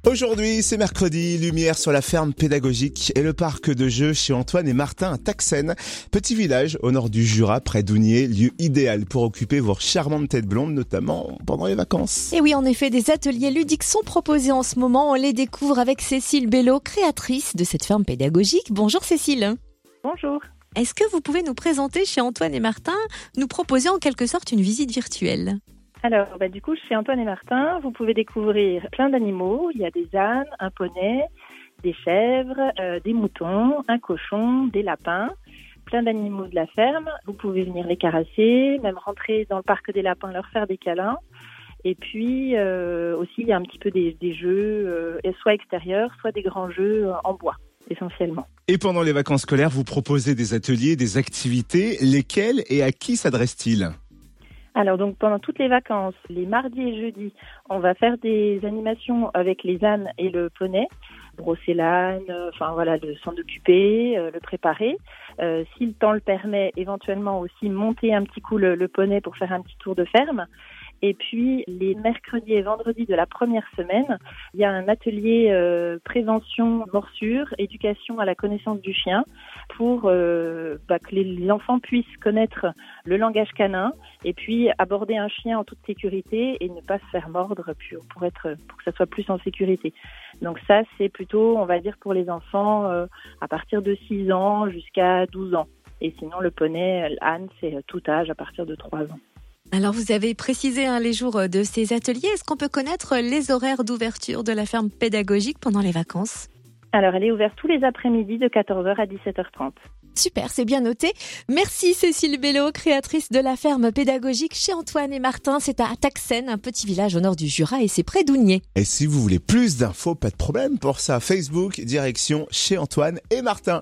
Aujourd'hui, c'est mercredi, lumière sur la ferme pédagogique et le parc de jeux chez Antoine et Martin à Taxen, petit village au nord du Jura, près d'Ougnier, lieu idéal pour occuper vos charmantes têtes blondes, notamment pendant les vacances. Et oui, en effet, des ateliers ludiques sont proposés en ce moment. On les découvre avec Cécile Bello, créatrice de cette ferme pédagogique. Bonjour Cécile. Bonjour. Est-ce que vous pouvez nous présenter chez Antoine et Martin, nous proposer en quelque sorte une visite virtuelle ? Alors, du coup, chez Antoine et Martin, vous pouvez découvrir plein d'animaux. Il y a des ânes, un poney, des chèvres, des moutons, un cochon, des lapins, plein d'animaux de la ferme. Vous pouvez venir les caresser, même rentrer dans le parc des lapins, leur faire des câlins. Et puis, aussi, il y a un petit peu des jeux, soit extérieurs, soit des grands jeux en bois, essentiellement. Et pendant les vacances scolaires, vous proposez des ateliers, des activités. Lesquels et à qui s'adressent-ils ? Alors donc pendant toutes les vacances, les mardis et jeudis, on va faire des animations avec les ânes et le poney, brosser l'âne, s'en occuper, le préparer. Si le temps le permet, éventuellement aussi monter un petit coup le poney pour faire un petit tour de ferme. Et puis, les mercredis et vendredis de la première semaine, il y a un atelier prévention morsure, éducation à la connaissance du chien pour que les enfants puissent connaître le langage canin et puis aborder un chien en toute sécurité et ne pas se faire mordre pour que ça soit plus en sécurité. Donc ça, c'est plutôt, on va dire, pour les enfants à partir de 6 ans jusqu'à 12 ans. Et sinon, le poney, l'âne, c'est tout âge à partir de 3 ans. Alors, vous avez précisé les jours de ces ateliers. Est-ce qu'on peut connaître les horaires d'ouverture de la ferme pédagogique pendant les vacances ? Alors, elle est ouverte tous les après-midi de 14h à 17h30. Super, c'est bien noté. Merci Cécile Bello, créatrice de la ferme pédagogique chez Antoine et Martin. C'est à Taxen, un petit village au nord du Jura et c'est près d'Ougnier. Et si vous voulez plus d'infos, pas de problème pour ça. Facebook, direction chez Antoine et Martin.